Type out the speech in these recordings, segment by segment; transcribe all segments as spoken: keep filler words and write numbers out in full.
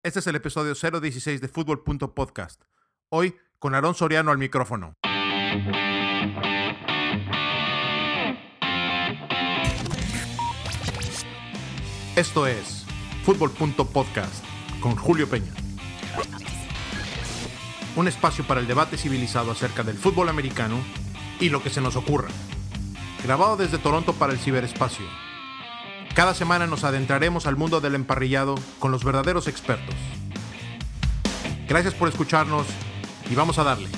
Este es el episodio cero dieciséis de Fútbol punto podcast. Hoy con Aarón Soriano al micrófono. Esto es Fútbol punto podcast con Julio Peña. Un espacio para el debate civilizado acerca del fútbol americano y lo que se nos ocurra. Grabado desde Toronto para el ciberespacio. Cada semana nos adentraremos al mundo del emparrillado con los verdaderos expertos. Gracias por escucharnos y vamos a darle.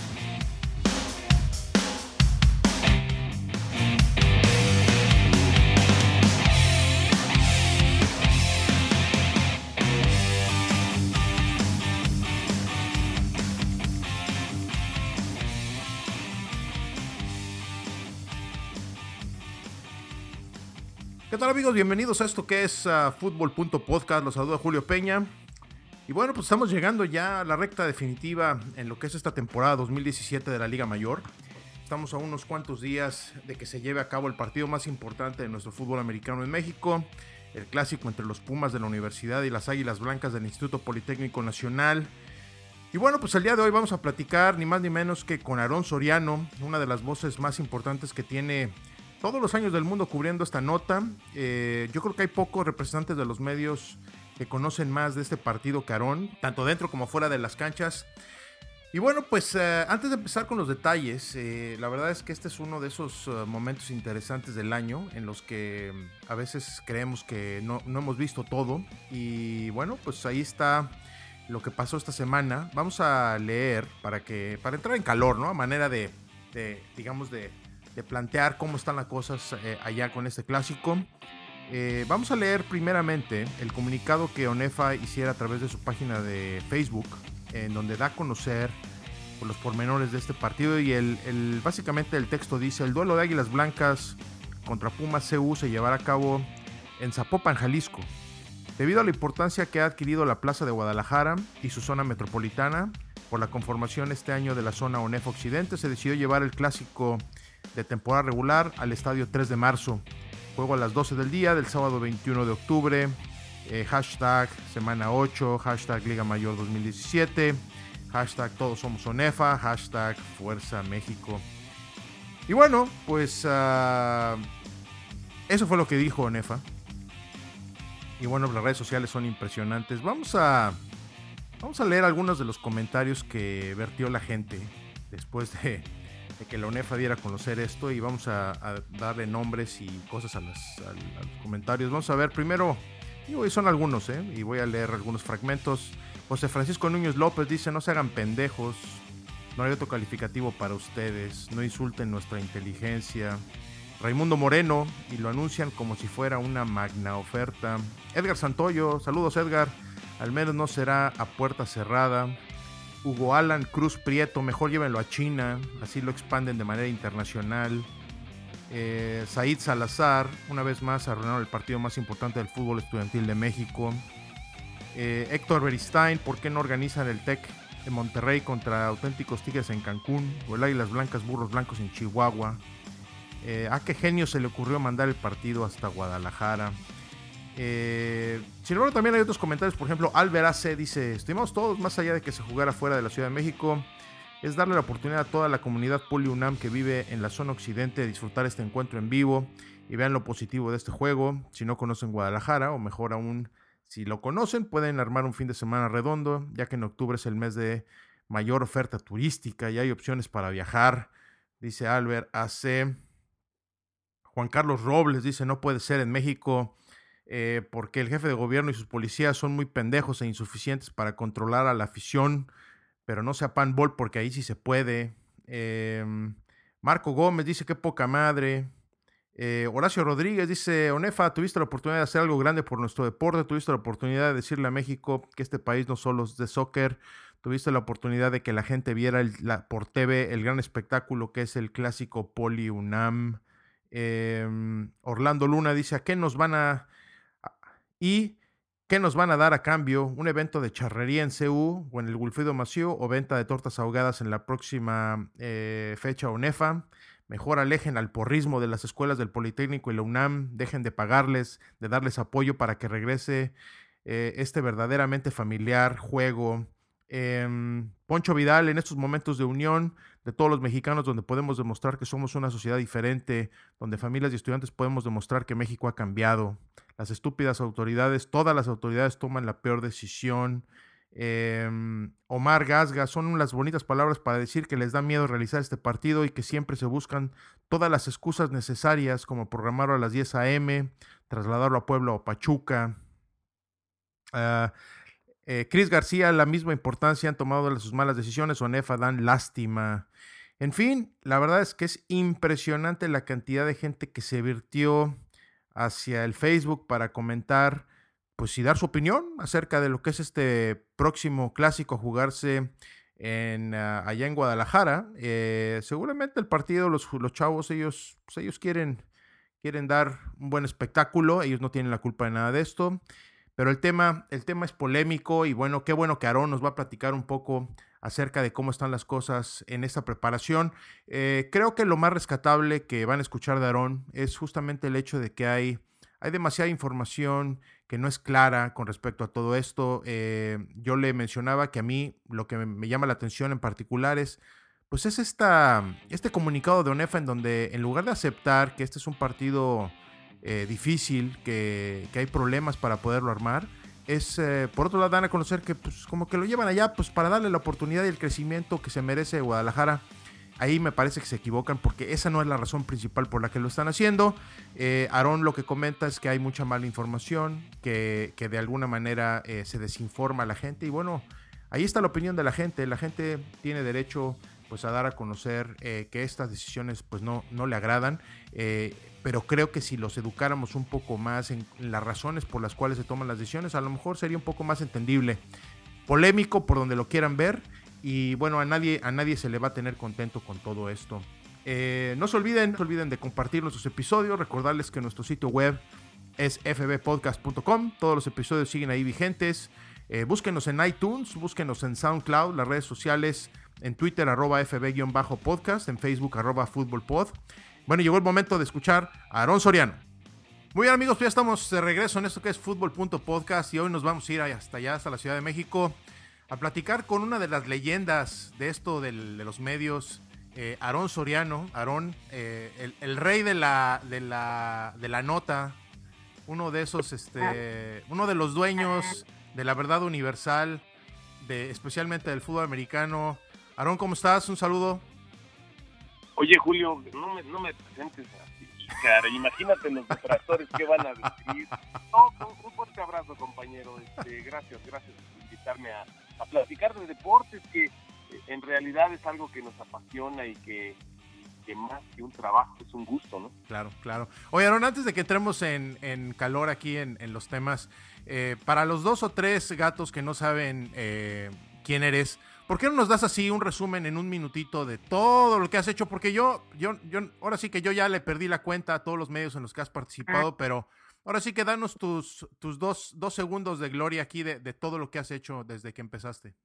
¿Qué tal, amigos? Bienvenidos a esto que es uh, Fútbol punto podcast. Los saluda Julio Peña. Y bueno, pues estamos llegando ya a la recta definitiva en lo que es esta temporada dos mil diecisiete de la Liga Mayor. Estamos a unos cuantos días de que se lleve a cabo el partido más importante de nuestro fútbol americano en México, el clásico entre los Pumas de la Universidad y las Águilas Blancas del Instituto Politécnico Nacional. Y bueno, pues el día de hoy vamos a platicar ni más ni menos que con Aarón Soriano, una de las voces más importantes que tiene todos los años del mundo cubriendo esta nota. Eh, yo creo que hay pocos representantes de los medios que conocen más de este partido que Aarón, tanto dentro como fuera de las canchas. Y bueno, pues eh, antes de empezar con los detalles, eh, la verdad es que este es uno de esos uh, momentos interesantes del año en los que um, a veces creemos que no, no hemos visto todo. Y bueno, pues ahí está lo que pasó esta semana. Vamos a leer para, que, para entrar en calor, ¿no? A manera de, de digamos, de... de plantear cómo están las cosas eh, allá con este clásico. Eh, vamos a leer primeramente el comunicado que ONEFA hiciera a través de su página de Facebook, en donde da a conocer los pormenores de este partido y el, el, básicamente el texto dice: el duelo de Águilas Blancas contra Pumas C U se llevará a cabo en Zapopan, Jalisco. Debido a la importancia que ha adquirido la Plaza de Guadalajara y su zona metropolitana, por la conformación este año de la zona ONEFA Occidente, se decidió llevar el clásico de temporada regular al estadio tres de marzo. Juego a las doce del día del sábado veintiuno de octubre. Eh, hashtag semana ocho, hashtag Liga Mayor dos mil diecisiete, hashtag Todos Somos ONEFA, hashtag Fuerza México. Y bueno, pues uh, eso fue lo que dijo ONEFA. Y bueno, las redes sociales son impresionantes. Vamos a, vamos a leer algunos de los comentarios que vertió la gente después de de que la ONEFA diera a conocer esto, y vamos a, a darle nombres y cosas a, las, a, a los comentarios. Vamos a ver primero, y son algunos, ¿eh? y voy a leer algunos fragmentos. José Francisco Núñez López dice: no se hagan pendejos, no hay otro calificativo para ustedes, no insulten nuestra inteligencia. Raimundo Moreno, y lo anuncian como si fuera una magna oferta. Edgar Santoyo, saludos Edgar, al menos no será a puerta cerrada. Hugo Alan Cruz Prieto, mejor llévenlo a China, así lo expanden de manera internacional. Eh, Said Salazar, una vez más arruinaron el partido más importante del fútbol estudiantil de México. Eh, Héctor Beristain, ¿por qué no organizan el TEC de Monterrey contra auténticos Tigres en Cancún? O el Águilas Blancas, Burros Blancos en Chihuahua. Eh, ¿A qué genio se le ocurrió mandar el partido hasta Guadalajara? Eh, sin embargo, también hay otros comentarios. Por ejemplo, Albert A C dice: estimados todos, más allá de que se jugara fuera de la Ciudad de México, es darle la oportunidad a toda la comunidad Poli UNAM que vive en la zona occidente de disfrutar este encuentro en vivo y vean lo positivo de este juego. Si no conocen Guadalajara, o mejor aún, si lo conocen, pueden armar un fin de semana redondo, ya que en octubre es el mes de mayor oferta turística y hay opciones para viajar, dice Albert A C. Juan Carlos Robles dice: no puede ser en México, Eh, porque el jefe de gobierno y sus policías son muy pendejos e insuficientes para controlar a la afición, pero no sea panball porque ahí sí se puede. Eh, Marco Gómez dice: qué poca madre. Eh, Horacio Rodríguez dice: ONEFA, tuviste la oportunidad de hacer algo grande por nuestro deporte, tuviste la oportunidad de decirle a México que este país no solo es de soccer, tuviste la oportunidad de que la gente viera el, la, por T V el gran espectáculo que es el clásico Poli UNAM. Eh, Orlando Luna dice: ¿a qué nos van a... ¿Y qué nos van a dar a cambio? ¿Un evento de charrería en C U o en el Wilfrido Maciú o venta de tortas ahogadas en la próxima eh, fecha ONEFA? Mejor alejen al porrismo de las escuelas del Politécnico y la UNAM, dejen de pagarles, de darles apoyo para que regrese eh, este verdaderamente familiar juego. Em, Poncho Vidal en estos momentos de unión de todos los mexicanos, donde podemos demostrar que somos una sociedad diferente, donde familias y estudiantes podemos demostrar que México ha cambiado. Las estúpidas autoridades, todas las autoridades toman la peor decisión. Eh, Omar Gasga, son unas bonitas palabras para decir que les da miedo realizar este partido y que siempre se buscan todas las excusas necesarias, como programarlo a las diez a eme, trasladarlo a Puebla o Pachuca. Uh, eh, Chris García, la misma importancia, han tomado sus malas decisiones. Onefa dan lástima. En fin, la verdad es que es impresionante la cantidad de gente que se virtió hacia el Facebook para comentar, pues y dar su opinión acerca de lo que es este próximo clásico a jugarse en, uh, allá en Guadalajara. Eh, seguramente el partido, los, los chavos, ellos, pues ellos quieren, quieren dar un buen espectáculo, ellos no tienen la culpa de nada de esto. Pero el tema, el tema es polémico y bueno, qué bueno que Aarón nos va a platicar un poco acerca de cómo están las cosas en esta preparación. Eh, creo que lo más rescatable que van a escuchar de Aarón es justamente el hecho de que hay, hay demasiada información que no es clara con respecto a todo esto. Eh, yo le mencionaba que a mí lo que me llama la atención en particular es, pues es esta, este comunicado de ONEFA en donde en lugar de aceptar que este es un partido eh, difícil, que, que hay problemas para poderlo armar, es, eh, por otro lado, dan a conocer que pues como que lo llevan allá pues para darle la oportunidad y el crecimiento que se merece Guadalajara. Ahí me parece que se equivocan porque esa no es la razón principal por la que lo están haciendo. Eh, Aarón lo que comenta es que hay mucha mala información, que, que de alguna manera eh, se desinforma a la gente y bueno, ahí está la opinión de la gente. La gente tiene derecho pues a dar a conocer eh, que estas decisiones pues no, no le agradan, eh, pero creo que si los educáramos un poco más en las razones por las cuales se toman las decisiones, a lo mejor sería un poco más entendible. Polémico por donde lo quieran ver y bueno, a nadie, a nadie se le va a tener contento con todo esto. Eh, no se olviden, no se olviden de compartir nuestros episodios, recordarles que nuestro sitio web es f b podcast punto com, todos los episodios siguen ahí vigentes. Eh, búsquenos en iTunes, búsquenos en SoundCloud, las redes sociales, en Twitter, arroba fb-podcast, en Facebook, arroba futbolpod. Bueno, llegó el momento de escuchar a Aarón Soriano. Muy bien, amigos, pues ya estamos de regreso en esto que es Fútbol.podcast y hoy nos vamos a ir hasta allá, hasta la Ciudad de México, a platicar con una de las leyendas de esto del, de los medios, eh, Aarón Soriano. Aarón, eh, el, el rey de la, de, la, de la nota, uno de esos, este, uno de los dueños de la verdad universal, de, especialmente del fútbol americano. Aarón, ¿cómo estás? Un saludo. Oye, Julio, no me, no me presentes así, cara. Imagínate los detractores que van a decir. No, un, un fuerte abrazo, compañero. Este, gracias, gracias por invitarme a, a platicar de deportes, que en realidad es algo que nos apasiona y que, que más que un trabajo es un gusto, ¿no? Claro, claro. Oye, Aarón, antes de que entremos en, en calor aquí en, en los temas, eh, para los dos o tres gatos que no saben eh, quién eres, ¿por qué no nos das así un resumen en un minutito de todo lo que has hecho? Porque yo, yo, yo, ahora sí que yo ya le perdí la cuenta a todos los medios en los que has participado, pero ahora sí que danos tus, tus dos, dos segundos de gloria aquí de, de todo lo que has hecho desde que empezaste.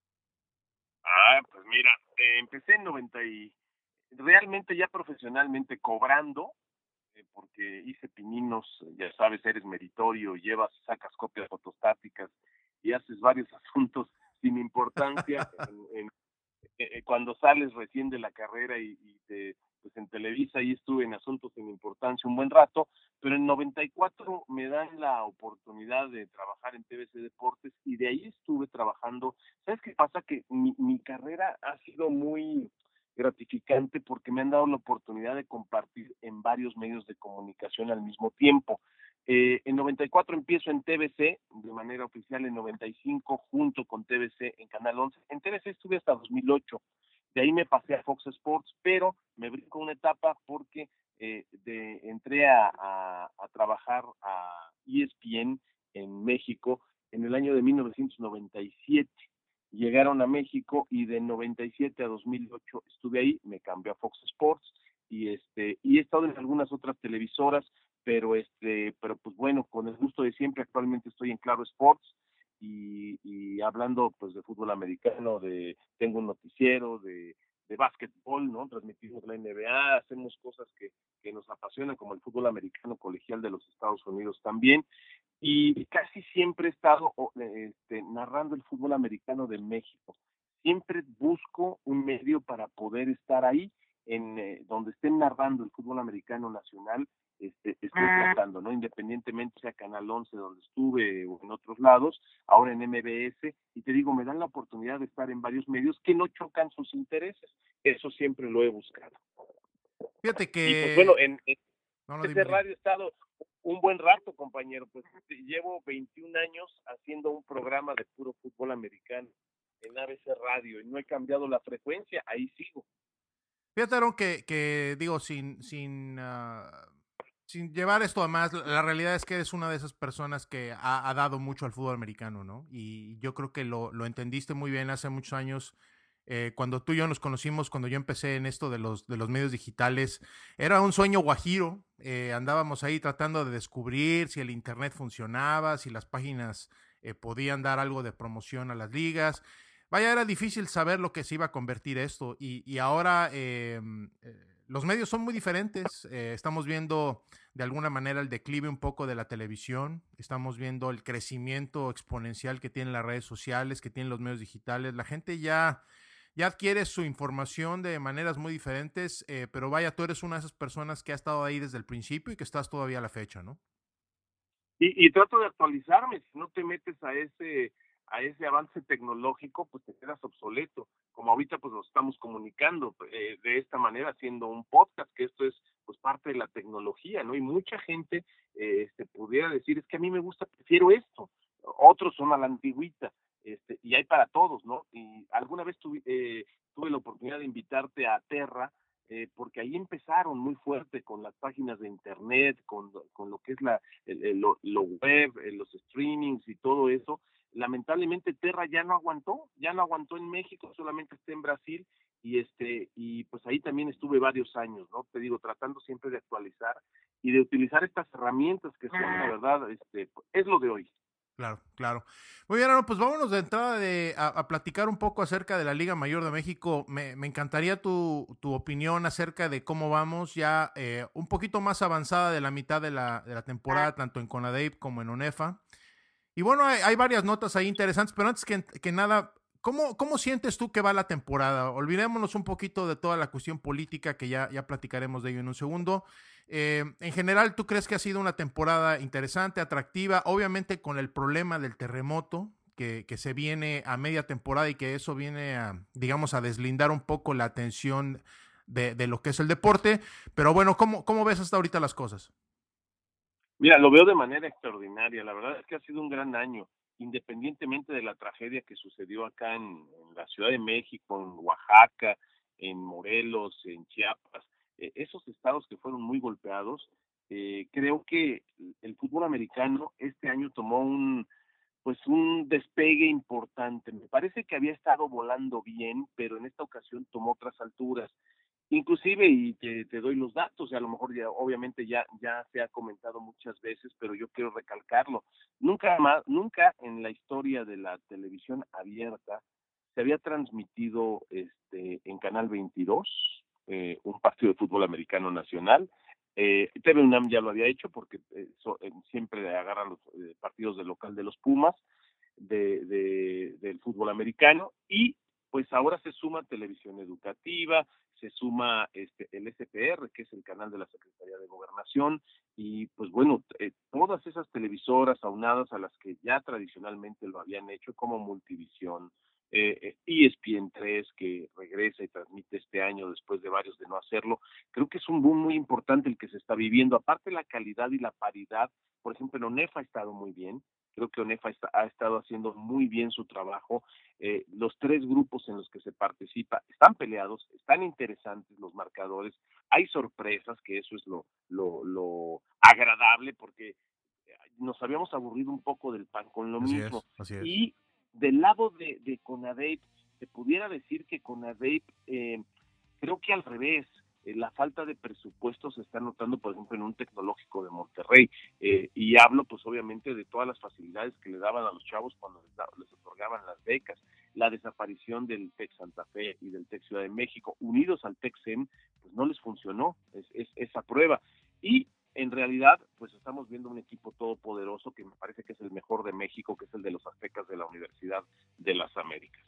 Ah, pues mira, eh, empecé en noventa y realmente ya profesionalmente cobrando, eh, porque hice pininos, ya sabes, eres meritorio, llevas, sacas copias fotostáticas y haces varios asuntos sin importancia en, en Eh, cuando sales recién de la carrera y, y te, pues en Televisa ahí estuve en asuntos sin importancia un buen rato, pero en noventa y cuatro me dan la oportunidad de trabajar en T V C Deportes y de ahí estuve trabajando. ¿Sabes qué pasa? Que mi, mi carrera ha sido muy gratificante porque me han dado la oportunidad de compartir en varios medios de comunicación al mismo tiempo. Eh, en noventa y cuatro empiezo en T V C de manera oficial, en noventa y cinco junto con T V C en Canal once. En T V C estuve hasta dos mil ocho, de ahí me pasé a Fox Sports, pero me brinco una etapa porque eh, de, entré a, a, a trabajar a E S P N en México en el año de mil novecientos noventa y siete. Llegaron a México y de noventa y siete a dos mil ocho estuve ahí, me cambié a Fox Sports y este y he estado en algunas otras televisoras, pero este pero pues bueno, con el gusto de siempre. Actualmente estoy en Claro Sports y, y hablando pues de fútbol americano, de tengo un noticiero de de básquetbol, ¿no? Transmitimos la N B A, hacemos cosas que, que nos apasionan como el fútbol americano colegial de los Estados Unidos también. y casi siempre he estado este, narrando el fútbol americano de México. Siempre busco un medio para poder estar ahí, en eh, donde estén narrando el fútbol americano nacional, este, estoy tratando, ¿no? Independientemente sea Canal once, donde estuve, o en otros lados, ahora en M B S, y te digo, me dan la oportunidad de estar en varios medios que no chocan sus intereses. Eso siempre lo he buscado. Fíjate Y pues bueno, que... en, en No, no, ese dime, dime. radio he estado un buen rato, compañero. Pues llevo veintiún años haciendo un programa de puro fútbol americano en A B C Radio y no he cambiado la frecuencia, ahí sigo. Fíjate, Aaron, que, que digo, sin, sin, uh, sin llevar esto a más, la realidad es que eres una de esas personas que ha, ha dado mucho al fútbol americano, ¿no? Y yo creo que lo, lo entendiste muy bien hace muchos años. Eh, cuando tú y yo nos conocimos, cuando yo empecé en esto de los, de los medios digitales, era un sueño guajiro. Eh, andábamos ahí tratando de descubrir si el internet funcionaba, si las páginas eh, podían dar algo de promoción a las ligas. Vaya, era difícil saber lo que se iba a convertir esto y, y ahora eh, eh, los medios son muy diferentes. Eh, estamos viendo de alguna manera el declive un poco de la televisión, estamos viendo el crecimiento exponencial que tienen las redes sociales, que tienen los medios digitales. La gente ya, ya adquiere su información de maneras muy diferentes, eh, pero vaya, tú eres una de esas personas que ha estado ahí desde el principio y que estás todavía a la fecha, ¿no? Y, y trato de actualizarme. Si no te metes a ese a ese avance tecnológico, pues te quedas obsoleto. Como ahorita pues nos estamos comunicando eh, de esta manera, haciendo un podcast, que esto es pues parte de la tecnología, ¿no? Y mucha gente eh, este, pudiera decir, es que a mí me gusta, prefiero esto. Otros son a la antigüita, este, y hay para todos, ¿no? Y alguna vez tuve, eh, tuve la oportunidad de invitarte a Terra, eh, porque ahí empezaron muy fuerte con las páginas de internet, con, con lo que es la, el, el, lo, lo web, los streamings y todo eso. Lamentablemente Terra ya no aguantó, ya no aguantó en México, solamente está en Brasil, y este, y pues ahí también estuve varios años, ¿no? Te digo, tratando siempre de actualizar y de utilizar estas herramientas que son, la verdad, este, es lo de hoy. Claro, claro. Muy bien, Aaron, pues vámonos de entrada de, a, a platicar un poco acerca de la Liga Mayor de México. Me, me encantaría tu, tu opinión acerca de cómo vamos ya eh, un poquito más avanzada de la mitad de la, de la temporada, tanto en CONADEIP como en ONEFA. Y bueno, hay, hay varias notas ahí interesantes, pero antes que, que nada, ¿cómo, ¿cómo sientes tú que va la temporada? Olvidémonos un poquito de toda la cuestión política, que ya, ya platicaremos de ello en un segundo. Eh, en general, ¿tú crees que ha sido una temporada interesante, atractiva? Obviamente con el problema del terremoto que, que se viene a media temporada y que eso viene a, digamos, a deslindar un poco la atención de, de lo que es el deporte. Pero bueno, ¿cómo, ¿cómo ves hasta ahorita las cosas? Mira, lo veo de manera extraordinaria. La verdad es que ha sido un gran año, independientemente de la tragedia que sucedió acá en, en la Ciudad de México, en Oaxaca, en Morelos, en Chiapas, eh, esos estados que fueron muy golpeados. Eh, creo que el fútbol americano este año tomó un pues un despegue importante. Me parece que había estado volando bien, pero en esta ocasión tomó otras alturas. Inclusive, y te, te doy los datos, y a lo mejor ya, obviamente ya, ya se ha comentado muchas veces, pero yo quiero recalcarlo. Nunca más, nunca en la historia de la televisión abierta se había transmitido este en Canal veintidós eh, un partido de fútbol americano nacional. Eh, T V UNAM ya lo había hecho porque eh, so, eh, siempre agarran los eh, partidos del local de los Pumas de, de, del fútbol americano, y pues ahora se suma televisión educativa, se suma este el S P R, que es el canal de la Secretaría de Gobernación, y pues bueno, eh, todas esas televisoras aunadas a las que ya tradicionalmente lo habían hecho, como Multivisión, eh, E S P N tres, que regresa y transmite este año después de varios de no hacerlo. Creo que es un boom muy importante el que se está viviendo. Aparte, la calidad y la paridad, por ejemplo, en ONEFA ha estado muy bien. Creo que ONEFA está, ha estado haciendo muy bien su trabajo. Eh, los tres grupos en los que se participa están peleados, están interesantes los marcadores, hay sorpresas, que eso es lo, lo, lo agradable, porque nos habíamos aburrido un poco del pan con lo Así mismo. es, así es. Y del lado de, de CONADEIP, se pudiera decir que CONADEIP, eh, creo que al revés, eh, la falta de presupuesto se está notando, por ejemplo, en un tecnológico de Monterrey, eh, y hablo pues obviamente de todas las facilidades que le daban a los chavos cuando les, da, les otorgaban las becas, la desaparición del TEC Santa Fe y del TEC Ciudad de México, unidos al TEC SEM, pues no les funcionó es, es, esa prueba. Y en realidad, pues estamos viendo un equipo todopoderoso que me parece que es el mejor de México, que es el de los Aztecas de la Universidad de las Américas.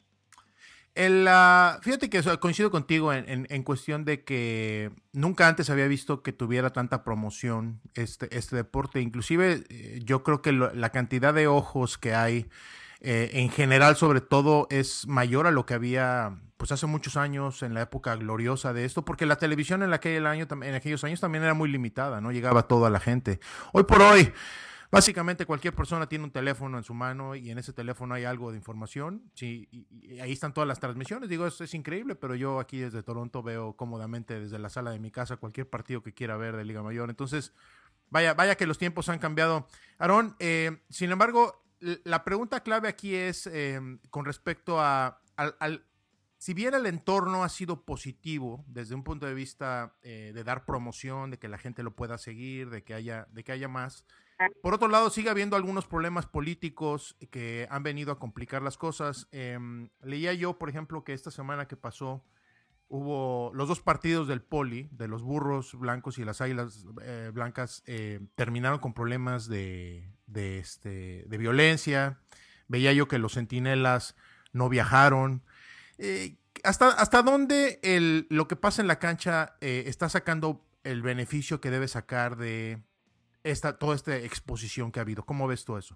El, uh, fíjate que coincido contigo en, en, en cuestión de que nunca antes había visto que tuviera tanta promoción este, este deporte. Inclusive eh, yo creo que lo, la cantidad de ojos que hay eh, en general sobre todo es mayor a lo que había pues hace muchos años en la época gloriosa de esto, porque la televisión en aquel año, en aquellos años también era muy limitada, no llegaba a toda la gente. Hoy por hoy básicamente cualquier persona tiene un teléfono en su mano y en ese teléfono hay algo de información. Sí, y, y ahí están todas las transmisiones. Digo, es, es increíble, pero yo aquí desde Toronto veo cómodamente desde la sala de mi casa cualquier partido que quiera ver de Liga Mayor. Entonces, vaya, vaya que los tiempos han cambiado. Aarón, eh, sin embargo, la pregunta clave aquí es eh, con respecto a al, al si bien el entorno ha sido positivo desde un punto de vista eh, de dar promoción, de que la gente lo pueda seguir, de que haya, de que haya más. Por otro lado, sigue habiendo algunos problemas políticos que han venido a complicar las cosas. Eh, leía yo, por ejemplo, que esta semana que pasó hubo los dos partidos del Poli, de los Burros Blancos y las Águilas eh, Blancas, eh, terminaron con problemas de, de, este, de violencia. Veía yo que los Centinelas no viajaron. Eh, ¿hasta, ¿Hasta dónde el, lo que pasa en la cancha eh, está sacando el beneficio que debe sacar de esta, toda esta exposición que ha habido? ¿Cómo ves tú eso?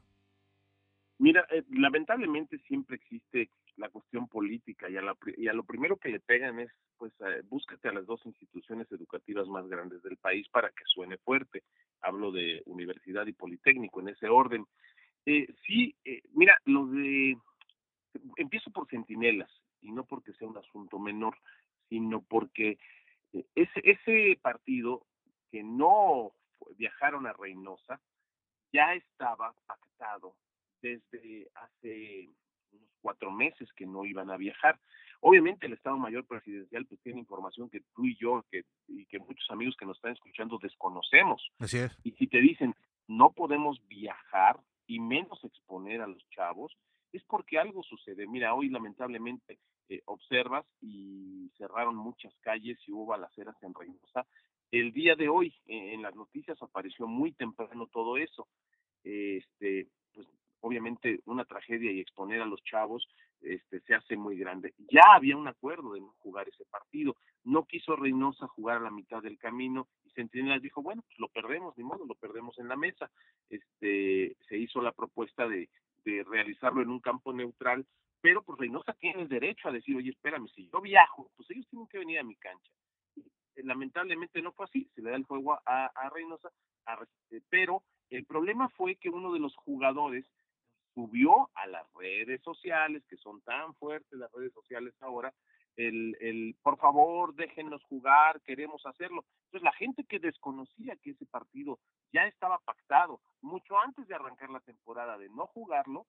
Mira, eh, lamentablemente siempre existe la cuestión política y a, la, y a lo primero que le pegan es, pues, eh, búscate a las dos instituciones educativas más grandes del país para que suene fuerte. Hablo de universidad y politécnico, en ese orden. Eh, sí, eh, mira, lo de... Empiezo por Centinelas, y no porque sea un asunto menor, sino porque eh, ese, ese partido que no viajaron a Reynosa ya estaba pactado desde hace unos cuatro meses que no iban a viajar. Obviamente el Estado Mayor Presidencial pues tiene información que tú y yo que, y que muchos amigos que nos están escuchando desconocemos. Así es. Y si te dicen no podemos viajar y menos exponer a los chavos, es porque algo sucede. Mira, hoy lamentablemente eh, observas y cerraron muchas calles y hubo balaceras en Reynosa. El día de hoy eh, en las noticias apareció muy temprano todo eso. Este, pues obviamente una tragedia y exponer a los chavos este, se hace muy grande. Ya había un acuerdo de no jugar ese partido. No quiso Reynosa jugar a la mitad del camino y Centinelas dijo, bueno, pues lo perdemos, ni modo, lo perdemos en la mesa. Este, se hizo la propuesta de, de realizarlo en un campo neutral, pero pues Reynosa tiene el derecho a decir, oye, espérame, si yo viajo, pues ellos tienen que venir a mi cancha. Y, lamentablemente no fue así, se le da el juego a, a Reynosa, a, pero el problema fue que uno de los jugadores subió a las redes sociales, que son tan fuertes las redes sociales ahora, el, el por favor déjennos jugar, queremos hacerlo. Entonces la gente que desconocía que ese partido ya estaba pactado mucho antes de arrancar la temporada de no jugarlo,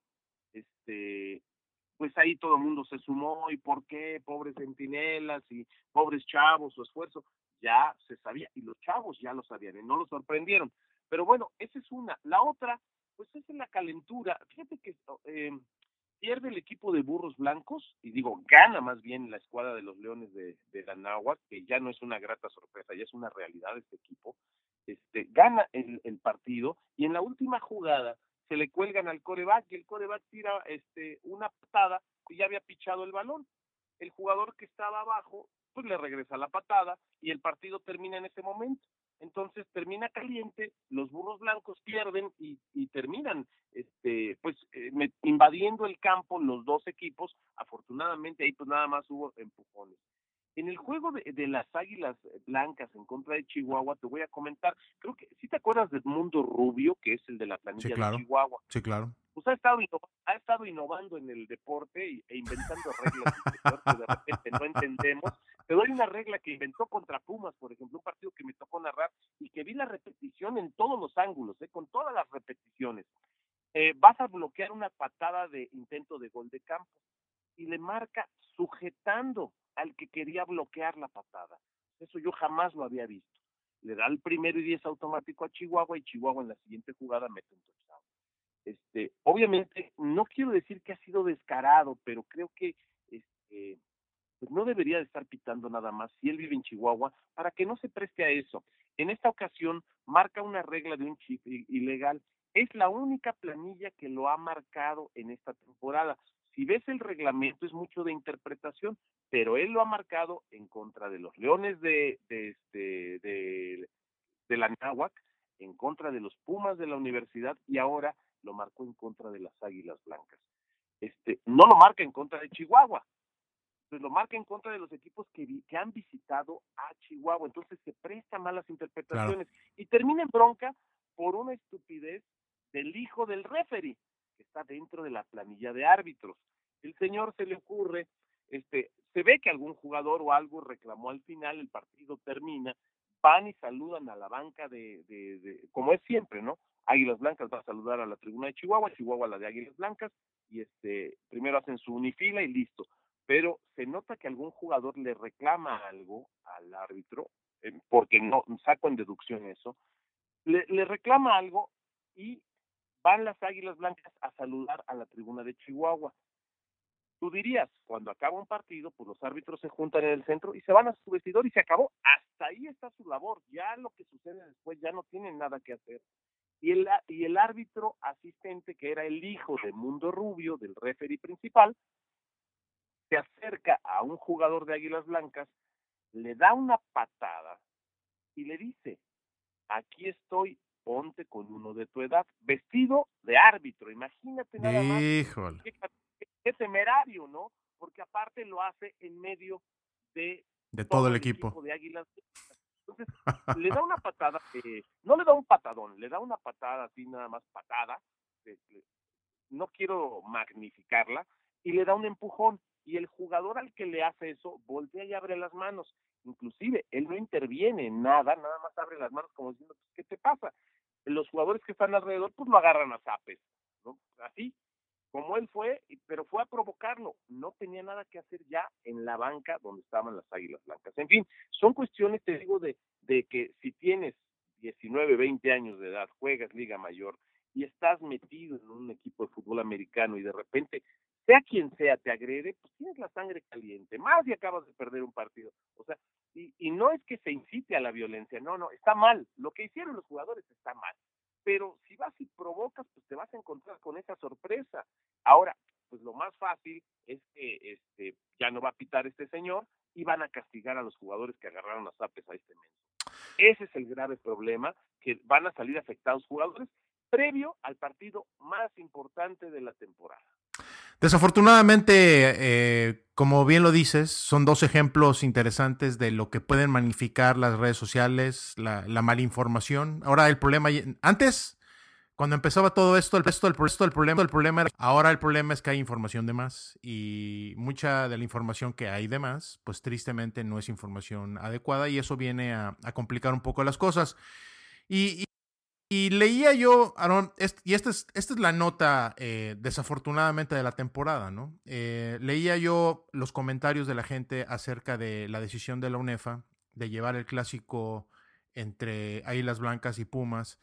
este pues ahí todo el mundo se sumó, y por qué, pobres Centinelas y pobres chavos, su esfuerzo, ya se sabía, y los chavos ya lo sabían, y no lo sorprendieron. Pero bueno, esa es una. La otra, pues es en la calentura. Fíjate que eh, pierde el equipo de Burros Blancos, y digo, gana más bien la escuadra de los Leones de, de la Náhuac, que ya no es una grata sorpresa, ya es una realidad este equipo. Este, gana el, el partido, y en la última jugada se le cuelgan al coreback, y el coreback tira este, una patada, y ya había pichado el balón. El jugador que estaba abajo, pues le regresa la patada, y el partido termina en ese momento. Entonces termina caliente, los Burros Blancos pierden y, y terminan este pues eh, invadiendo el campo los dos equipos. Afortunadamente ahí pues nada más hubo empujones. En el juego de, de las Águilas Blancas en contra de Chihuahua, te voy a comentar, creo que si te acuerdas de Edmundo Rubio, que es el de la planilla sí, claro. de Chihuahua. Sí, claro. Pues ha estado, ha estado innovando en el deporte y, e inventando reglas que de repente no entendemos. Te doy una regla que inventó contra Pumas, por ejemplo, un partido que me tocó narrar y que vi la repetición en todos los ángulos, ¿eh? Con todas las repeticiones. Eh, vas a bloquear una patada de intento de gol de campo y le marca sujetando al que quería bloquear la patada. Eso yo jamás lo había visto. Le da el primero y diez automático a Chihuahua, y Chihuahua en la siguiente jugada mete un touchdown. Este, obviamente, no quiero decir que ha sido descarado, pero creo que este, pues no debería de estar pitando nada más si él vive en Chihuahua, para que no se preste a eso. En esta ocasión marca una regla de un chip ilegal. Es la única planilla que lo ha marcado en esta temporada. Si ves el reglamento es mucho de interpretación, pero él lo ha marcado en contra de los Leones de, de, este, de, de la Náhuac, en contra de los Pumas de la universidad y ahora lo marcó en contra de las Águilas Blancas. Este, no lo marca en contra de Chihuahua, pues lo marca en contra de los equipos que, vi, que han visitado a Chihuahua, entonces se presta malas interpretaciones Claro. y termina en bronca por una estupidez del hijo del referee, que está dentro de la planilla de árbitros. El señor se le ocurre, este, se ve que algún jugador o algo reclamó al final, el partido termina, van y saludan a la banca de, de, de como es siempre, ¿no? Águilas Blancas va a saludar a la tribuna de Chihuahua, Chihuahua a la de Águilas Blancas, y este, primero hacen su unifila y listo. Pero se nota que algún jugador le reclama algo al árbitro, eh, porque no saco en deducción eso, le, le reclama algo y van las Águilas Blancas a saludar a la tribuna de Chihuahua. Tú dirías, cuando acaba un partido, pues los árbitros se juntan en el centro y se van a su vestidor y se acabó. Hasta ahí está su labor. Ya lo que sucede después ya no tienen nada que hacer. Y el, y el árbitro asistente, que era el hijo de Mundo Rubio, del referee principal, se acerca a un jugador de Águilas Blancas, le da una patada y le dice, aquí estoy, ponte con uno de tu edad, vestido de árbitro, imagínate nada más, Híjole. qué, qué temerario, ¿no? Porque aparte lo hace en medio de De todo todo el el equipo. equipo de Águilas Blancas. Entonces, le da una patada, eh, no le da un patadón, le da una patada así nada más patada, eh, no quiero magnificarla, y le da un empujón, y el jugador al que le hace eso voltea y abre las manos, inclusive él no interviene en nada, nada más abre las manos como diciendo, pues, ¿qué te pasa? Los jugadores que están alrededor pues lo agarran a zapes, ¿no? Así como él fue, pero fue a provocarlo, no tenía nada que hacer ya en la banca donde estaban las Águilas Blancas. En fin, son cuestiones, te digo, de, de que si tienes diecinueve, veinte años de edad, juegas Liga Mayor y estás metido en un equipo de fútbol americano y de repente, sea quien sea, te agrede, pues tienes la sangre caliente, más si acabas de perder un partido. O sea, y, y no es que se incite a la violencia, no, no, está mal. Lo que hicieron los jugadores está mal. Pero si vas y provocas, pues te vas a encontrar con esa sorpresa. Ahora, pues lo más fácil es que este ya no va a pitar este señor y van a castigar a los jugadores que agarraron a zapes a este menso. Ese es el grave problema, que van a salir afectados jugadores previo al partido más importante de la temporada. Desafortunadamente, eh, como bien lo dices, son dos ejemplos interesantes de lo que pueden magnificar las redes sociales, la, la malinformación. Ahora el problema, antes, cuando empezaba todo esto, el, esto, el, esto, el, problema, el problema era, ahora el problema es que hay información de más y mucha de la información que hay de más, pues tristemente no es información adecuada y eso viene a, a complicar un poco las cosas. Y, y Y leía yo, Aaron, este, y esta es, esta es la nota eh, desafortunadamente de la temporada, ¿no? Eh, leía yo los comentarios de la gente acerca de la decisión de la UNEFA de llevar el clásico entre Águilas Blancas y Pumas.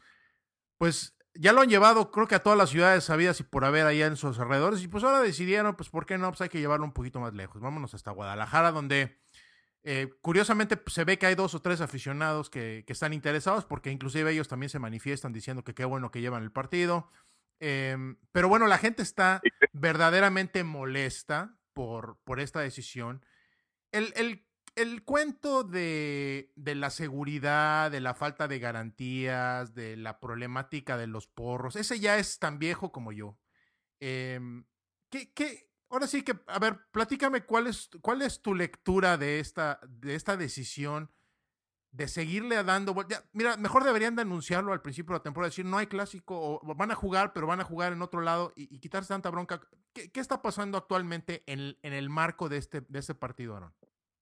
Pues ya lo han llevado, creo que a todas las ciudades sabidas y por haber allá en sus alrededores, y pues ahora decidieron, pues, ¿por qué no? Pues hay que llevarlo un poquito más lejos. Vámonos hasta Guadalajara, donde eh, curiosamente pues, se ve que hay dos o tres aficionados que, que, están interesados porque inclusive ellos también se manifiestan diciendo que qué bueno que llevan el partido. Eh, pero bueno, la gente está verdaderamente molesta por, por esta decisión. El, el, el cuento de, de la seguridad, de la falta de garantías, de la problemática de los porros, ese ya es tan viejo como yo. Eh, ¿qué, qué, Ahora sí que, a ver, platícame cuál es, cuál es tu lectura de esta, de esta decisión de seguirle dando. Ya, mira, mejor deberían de anunciarlo al principio de la temporada, decir no hay clásico, o van a jugar, pero van a jugar en otro lado y, y quitarse tanta bronca. ¿Qué, qué está pasando actualmente en, en el marco de este, de este partido, Aaron?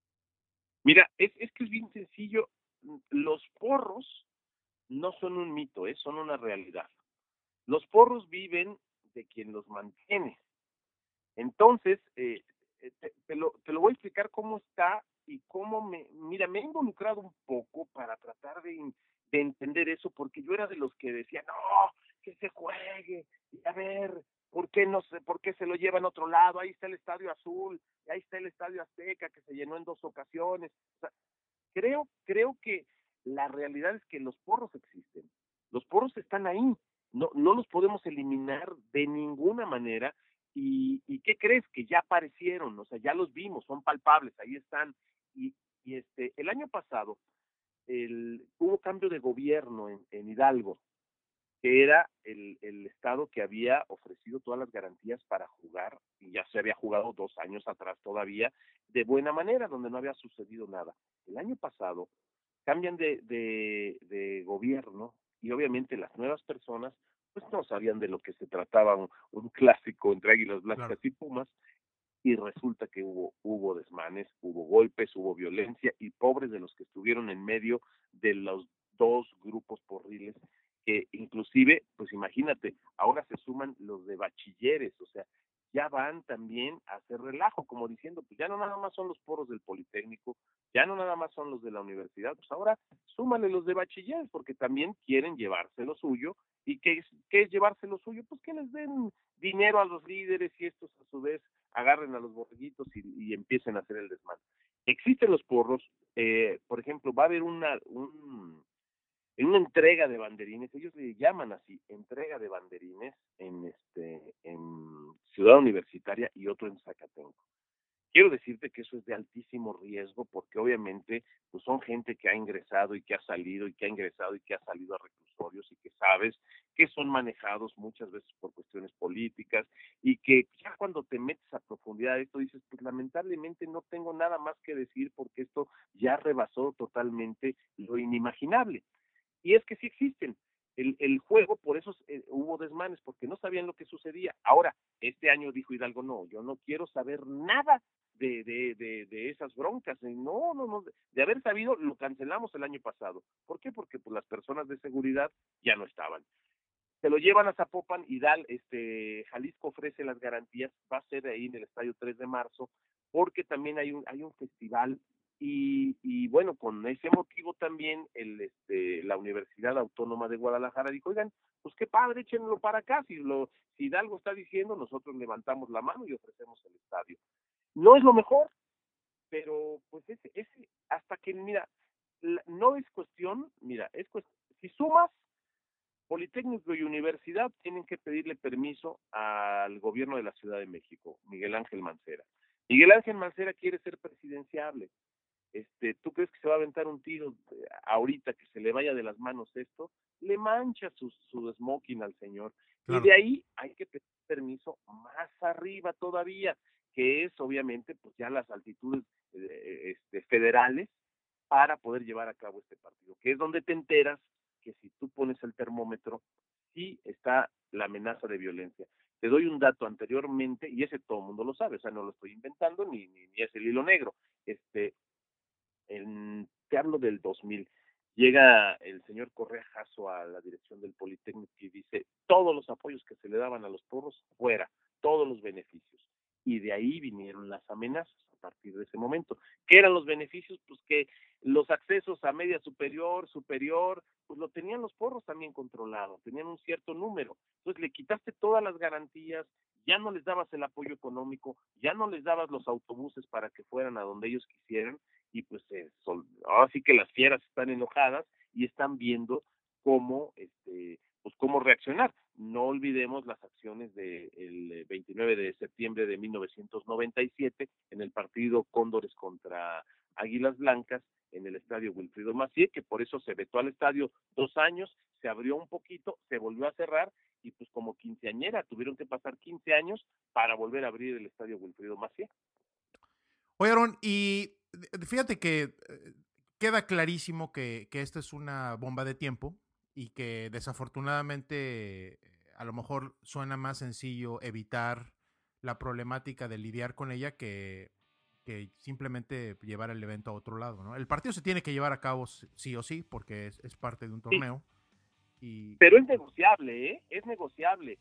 Mira, es, es que es bien sencillo. Los porros no son un mito, ¿eh? Son una realidad. Los porros viven de quien los mantiene. Entonces, eh, te, te, lo, te lo voy a explicar cómo está y cómo me... Mira, me he involucrado un poco para tratar de, de entender eso, porque yo era de los que decía, no, que se juegue, y a ver, ¿por qué no sé, por qué se lo lleva en otro lado? Ahí está el Estadio Azul, ahí está el Estadio Azteca, que se llenó en dos ocasiones. O sea, creo, creo que la realidad es que los porros existen, los porros están ahí, no, no los podemos eliminar de ninguna manera. Y, y ¿qué crees? Que ya aparecieron, o sea, ya los vimos, son palpables, ahí están. Y, y este, el año pasado el, hubo cambio de gobierno en, en Hidalgo, que era el, el estado que había ofrecido todas las garantías para jugar, y ya se había jugado dos años atrás todavía, de buena manera, donde no había sucedido nada. El año pasado cambian de, de, de gobierno, y obviamente las nuevas personas pues no sabían de lo que se trataba, un, un clásico entre Águilas Blancas Claro. y Pumas, y resulta que hubo hubo desmanes, hubo golpes, hubo violencia, y pobres de los que estuvieron en medio de los dos grupos porriles, que inclusive, pues imagínate, ahora se suman los de bachilleres, o sea, ya van también a hacer relajo, como diciendo, pues ya no nada más son los porros del Politécnico, ya no nada más son los de la universidad, pues ahora súmale los de bachilleres, porque también quieren llevarse lo suyo. ¿Y qué es, qué es llevarse lo suyo? Pues que les den dinero a los líderes, y estos a su vez agarren a los borreguitos y, y empiecen a hacer el desmán. Existen los porros, eh, por ejemplo, va a haber una, un, en una entrega de banderines, ellos le llaman así, entrega de banderines en este en Ciudad Universitaria y otro en Zacatenco. Quiero decirte que eso es de altísimo riesgo, porque obviamente pues son gente que ha ingresado y que ha salido y que ha ingresado y que ha salido a reclusorios, y que sabes que son manejados muchas veces por cuestiones políticas, y que ya cuando te metes a profundidad de esto dices, pues lamentablemente no tengo nada más que decir, porque esto ya rebasó totalmente lo inimaginable. Y es que sí existen. El, el juego, por eso eh, hubo desmanes, porque no sabían lo que sucedía. Ahora, este año dijo Hidalgo, no, yo no quiero saber nada de, de, de, de esas broncas. No, no, no, de haber sabido, lo cancelamos el año pasado. ¿Por qué? Porque pues las personas de seguridad ya no estaban. Se lo llevan a Zapopan, y Dal, este, Jalisco ofrece las garantías, va a ser ahí en el Estadio tres de marzo, porque también hay un, hay un festival, y, y bueno, con ese motivo también el, este, la Universidad Autónoma de Guadalajara dijo, oigan, pues qué padre, échenlo para acá, si, lo, si Hidalgo está diciendo, nosotros levantamos la mano y ofrecemos el estadio. No es lo mejor, pero pues ese, ese hasta que, mira, la, no es cuestión, mira, es cuestión, si sumas, Politécnico y Universidad tienen que pedirle permiso al gobierno de la Ciudad de México, Miguel Ángel Mancera. Miguel Ángel Mancera quiere ser presidenciable. Este, ¿tú crees que se va a aventar un tiro ahorita que se le vaya de las manos esto? Le mancha su, su smoking al señor. Claro. Y de ahí hay que pedir permiso más arriba todavía, que es obviamente pues ya las altitudes eh, este, federales, para poder llevar a cabo este partido, que es donde te enteras que si tú pones el termómetro, sí está la amenaza de violencia. Te doy un dato anteriormente, y ese todo el mundo lo sabe, o sea, no lo estoy inventando, ni, ni, ni es el hilo negro. Este, en, te hablo del dos mil, llega el señor Correa Jasso a la dirección del Politécnico y dice, todos los apoyos que se le daban a los porros, fuera, todos los beneficios. Y de ahí vinieron las amenazas a partir de ese momento. ¿Qué eran los beneficios? Pues que los accesos a media superior, superior, pues lo tenían los porros también controlado, tenían un cierto número. Entonces le quitaste todas las garantías, ya no les dabas el apoyo económico, ya no les dabas los autobuses para que fueran a donde ellos quisieran, y pues eh, son, ahora sí que las fieras están enojadas y están viendo cómo este pues cómo reaccionar. No olvidemos las acciones del veintinueve de septiembre de mil novecientos noventa y siete en el partido Cóndores contra Águilas Blancas en el estadio Wilfrido Macié, que por eso se vetó al estadio dos años, se abrió un poquito, se volvió a cerrar, y pues como quinceañera tuvieron que pasar quince años para volver a abrir el estadio Wilfrido Macié. Oye, Aaron, y fíjate que eh, queda clarísimo que, que esta es una bomba de tiempo, y que desafortunadamente a lo mejor suena más sencillo evitar la problemática de lidiar con ella que, que simplemente llevar el evento a otro lado, ¿no? El partido se tiene que llevar a cabo sí o sí, porque es, es parte de un torneo. Sí. Y... Pero es negociable, ¿eh? Es negociable.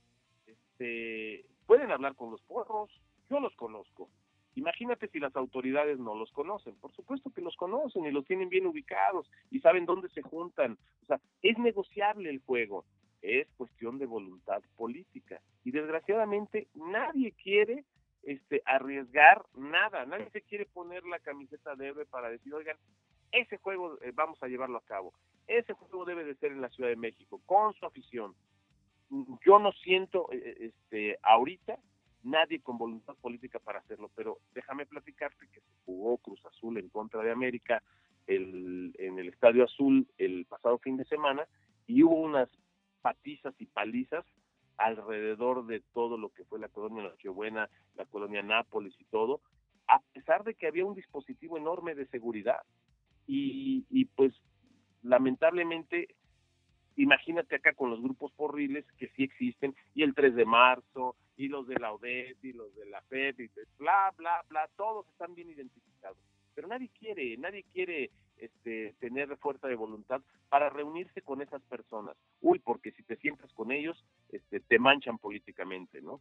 Este, pueden hablar con los porros, yo los conozco. Imagínate si las autoridades no los conocen. Por supuesto que los conocen y los tienen bien ubicados y saben dónde se juntan. O sea, es negociable el juego. Es cuestión de voluntad política. Y desgraciadamente nadie quiere este, arriesgar nada. Nadie se quiere poner la camiseta de héroe para decir, oigan, ese juego eh, vamos a llevarlo a cabo. Ese juego debe de ser en la Ciudad de México, con su afición. Yo no siento eh, este ahorita nadie con voluntad política para hacerlo, pero déjame platicarte que se jugó Cruz Azul en contra de América el, en el Estadio Azul el pasado fin de semana y hubo unas patizas y palizas alrededor de todo lo que fue la colonia Nochebuena, la colonia Nápoles y todo, a pesar de que había un dispositivo enorme de seguridad y, y pues lamentablemente imagínate acá con los grupos porriles que sí existen, y el tres de marzo, y los de la O D E T, y los de la F E D, y bla, bla, bla, todos están bien identificados. Pero nadie quiere, nadie quiere este, tener fuerza de voluntad para reunirse con esas personas. Uy, porque si te sientas con ellos, este, te manchan políticamente, ¿no?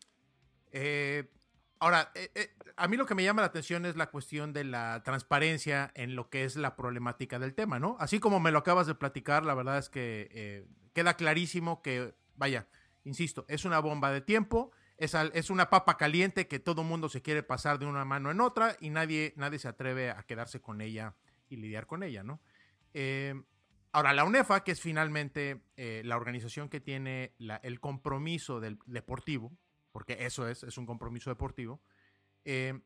Eh, ahora, eh, eh, a mí lo que me llama la atención es la cuestión de la transparencia en lo que es la problemática del tema, ¿no? Así como me lo acabas de platicar, la verdad es que eh, queda clarísimo que, vaya, insisto, es una bomba de tiempo, es, al, es una papa caliente que todo mundo se quiere pasar de una mano en otra y nadie, nadie se atreve a quedarse con ella y lidiar con ella, ¿no? Eh, ahora, la UNEFA, que es finalmente eh, la organización que tiene la, el compromiso del deportivo, porque eso es, es un compromiso deportivo, eh,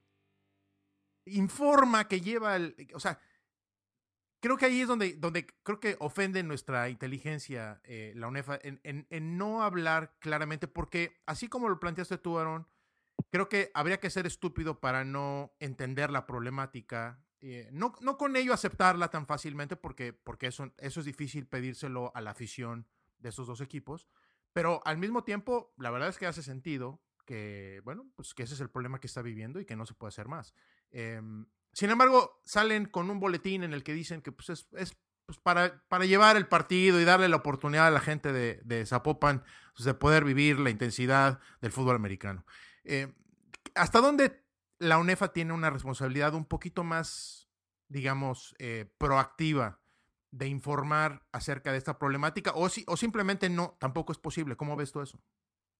informa que lleva el, o sea, creo que ahí es donde, donde creo que ofende nuestra inteligencia eh, la UNEFA en, en, en no hablar claramente, porque así como lo planteaste tú, Aaron, creo que habría que ser estúpido para no entender la problemática, eh, no, no con ello aceptarla tan fácilmente, porque, porque eso, eso es difícil pedírselo a la afición de esos dos equipos, pero al mismo tiempo, la verdad es que hace sentido que, bueno, pues que ese es el problema que está viviendo y que no se puede hacer más. Eh, sin embargo, salen con un boletín en el que dicen que pues, es, es pues, para, para llevar el partido y darle la oportunidad a la gente de, de Zapopan pues, de poder vivir la intensidad del fútbol americano. Eh, ¿Hasta dónde la UNEFA tiene una responsabilidad un poquito más, digamos, eh, proactiva de informar acerca de esta problemática? O, si, o simplemente no, tampoco es posible. ¿Cómo ves tú eso?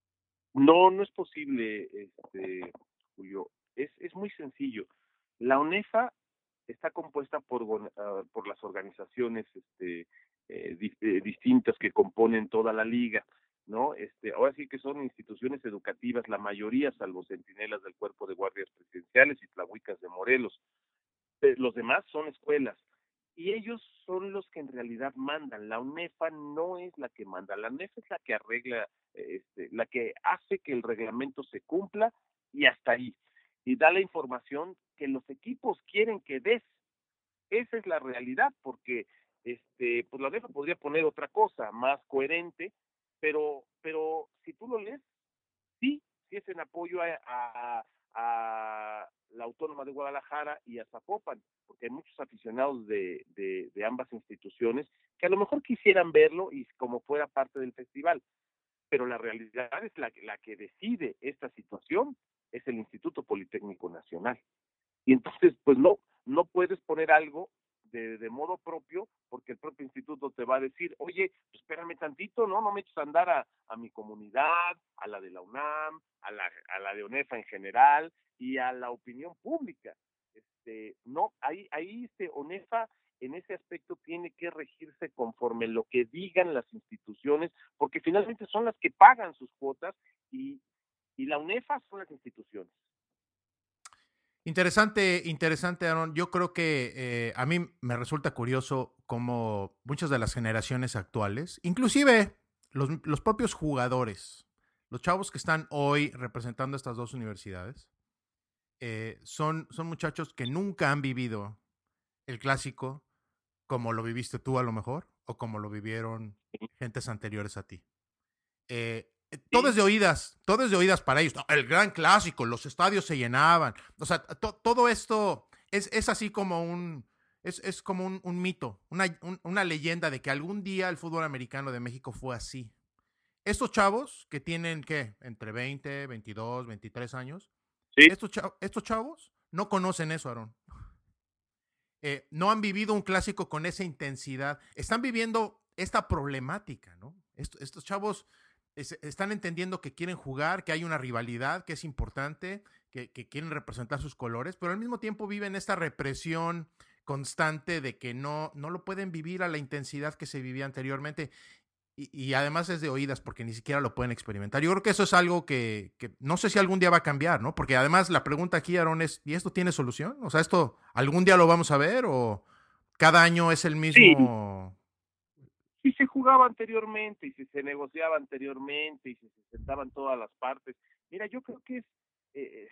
No, no es posible, este, Julio. Es, es muy sencillo. La UNEFA está compuesta por, uh, por las organizaciones este, eh, di, eh, distintas que componen toda la liga, ¿no? Este, ahora sí que son instituciones educativas, la mayoría, salvo centinelas del Cuerpo de Guardias Presidenciales y tlahuicas de Morelos. Eh, los demás son escuelas. Y ellos son los que en realidad mandan. La UNEFA no es la que manda. La UNEFA es la que arregla, este, la que hace que el reglamento se cumpla y hasta ahí. Y da la información que los equipos quieren que des. Esa es la realidad, porque este, pues la UNEFA podría poner otra cosa más coherente, pero, pero si tú lo lees, sí, sí es en apoyo a, a, a la Autónoma de Guadalajara y a Zapopan, porque hay muchos aficionados de, de, de ambas instituciones que a lo mejor quisieran verlo y como fuera parte del festival, pero la realidad es la, la que decide esta situación es el Instituto Politécnico Nacional. Y entonces, pues no, no puedes poner algo de, de modo propio, porque el propio instituto te va a decir, oye, pues espérame tantito, ¿no? No me eches a andar a, a mi comunidad, a la de la UNAM, a la, a la de UNEFA en general y a la opinión pública. Este, no, ahí, ahí este UNEFA en ese aspecto tiene que regirse conforme lo que digan las instituciones, porque finalmente son las que pagan sus cuotas y, y la UNEFA son las instituciones. Interesante, interesante, Aaron. Yo creo que eh, a mí me resulta curioso cómo muchas de las generaciones actuales, inclusive los, los propios jugadores, los chavos que están hoy representando estas dos universidades, eh, son, son muchachos que nunca han vivido el clásico como lo viviste tú a lo mejor, o como lo vivieron gentes anteriores a ti. Eh, todo es de oídas, todo es de oídas para ellos. No, el gran clásico, los estadios se llenaban. O sea, to, todo esto es, es así como un, es, es como un, un mito, una, un, una leyenda de que algún día el fútbol americano de México fue así. Estos chavos que tienen, ¿qué? Entre veinte, veintidós, veintitrés años, ¿Sí? estos, chavos, estos chavos no conocen eso, Aaron. Eh, no han vivido un clásico con esa intensidad. Están viviendo esta problemática, ¿no? Est estos chavos es, están entendiendo que quieren jugar, que hay una rivalidad, que es importante, que, que quieren representar sus colores, pero al mismo tiempo viven esta represión constante de que no, no lo pueden vivir a la intensidad que se vivía anteriormente. Y, y además es de oídas porque ni siquiera lo pueden experimentar. Yo creo que eso es algo que, que no sé si algún día va a cambiar, ¿no? Porque además la pregunta aquí, Aarón, es, ¿y esto tiene solución? O sea, ¿esto algún día lo vamos a ver o cada año es el Sí, mismo? sí se jugaba anteriormente y si se negociaba anteriormente y si se sentaban todas las partes. Mira, yo creo que es, eh,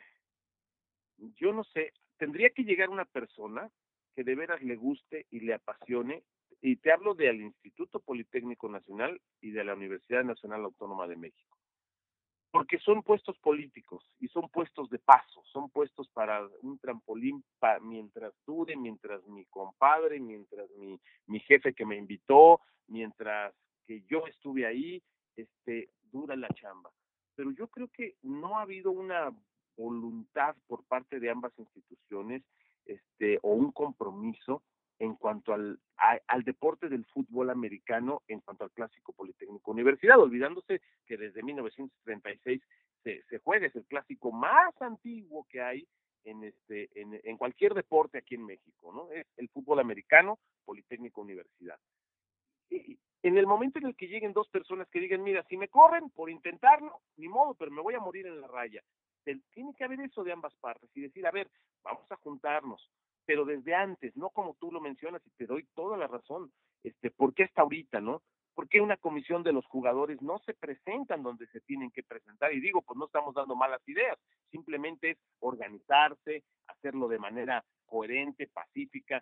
yo no sé, tendría que llegar una persona que de veras le guste y le apasione, y te hablo del Instituto Politécnico Nacional y de la Universidad Nacional Autónoma de México, porque son puestos políticos y son puestos de paso, son puestos para un trampolín pa, mientras dure, mientras mi compadre, mientras mi, mi jefe que me invitó, mientras que yo estuve ahí, este, dura la chamba. Pero yo creo que no ha habido una voluntad por parte de ambas instituciones, este, o un compromiso en cuanto al, a, al deporte del fútbol americano, en cuanto al Clásico Politécnico Universidad, olvidándose que desde mil novecientos treinta y seis se, se juega, es el clásico más antiguo que hay en, este, en, en cualquier deporte aquí en México, ¿no? Es el fútbol americano Politécnico Universidad. Y en el momento en el que lleguen dos personas que digan, mira, si me corren por intentarlo, ni modo, pero me voy a morir en la raya. Tiene que haber eso de ambas partes y decir, a ver, vamos a juntarnos, pero desde antes, no como tú lo mencionas y te doy toda la razón. Este, ¿por qué hasta ahorita, no? ¿Por qué una comisión de los jugadores no se presentan donde se tienen que presentar? Y digo, pues no estamos dando malas ideas, simplemente es organizarse, hacerlo de manera coherente, pacífica,